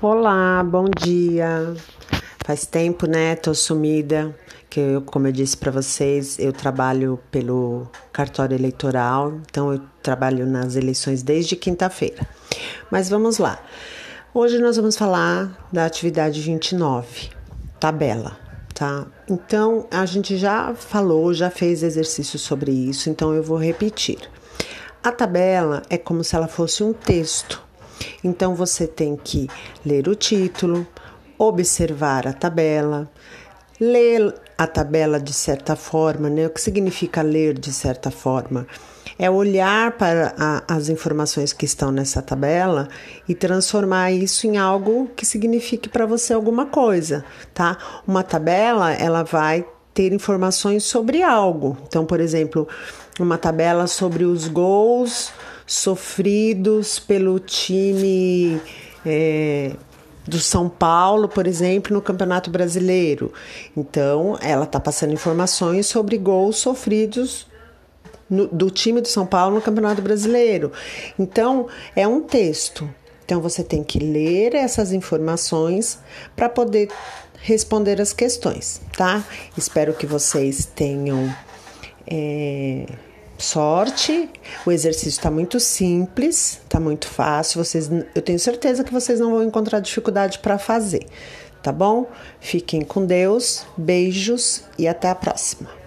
Olá, bom dia. Faz tempo, né? Tô sumida, como eu disse para vocês, eu trabalho pelo cartório eleitoral, então eu trabalho nas eleições desde quinta-feira. Mas vamos lá. Hoje nós vamos falar da atividade 29, tabela, tá? Então, a gente já falou, já fez exercício sobre isso, então eu vou repetir. A tabela é como se ela fosse um texto. Então, você tem que ler o título, observar a tabela, ler a tabela de certa forma, né? O que significa ler de certa forma? É olhar para as informações que estão nessa tabela e transformar isso em algo que signifique para você alguma coisa, tá? Uma tabela, ela vai ter informações sobre algo. Então, por exemplo, uma tabela sobre os gols sofridos pelo time do São Paulo, por exemplo, no Campeonato Brasileiro. Então, ela está passando informações sobre gols sofridos do time do São Paulo no Campeonato Brasileiro. Então, é um texto. Então, você tem que ler essas informações para poder responder as questões, tá? Espero que vocês tenham sorte. O exercício está muito simples, está muito fácil. Eu tenho certeza que vocês não vão encontrar dificuldade para fazer, tá bom? Fiquem com Deus, beijos e até a próxima.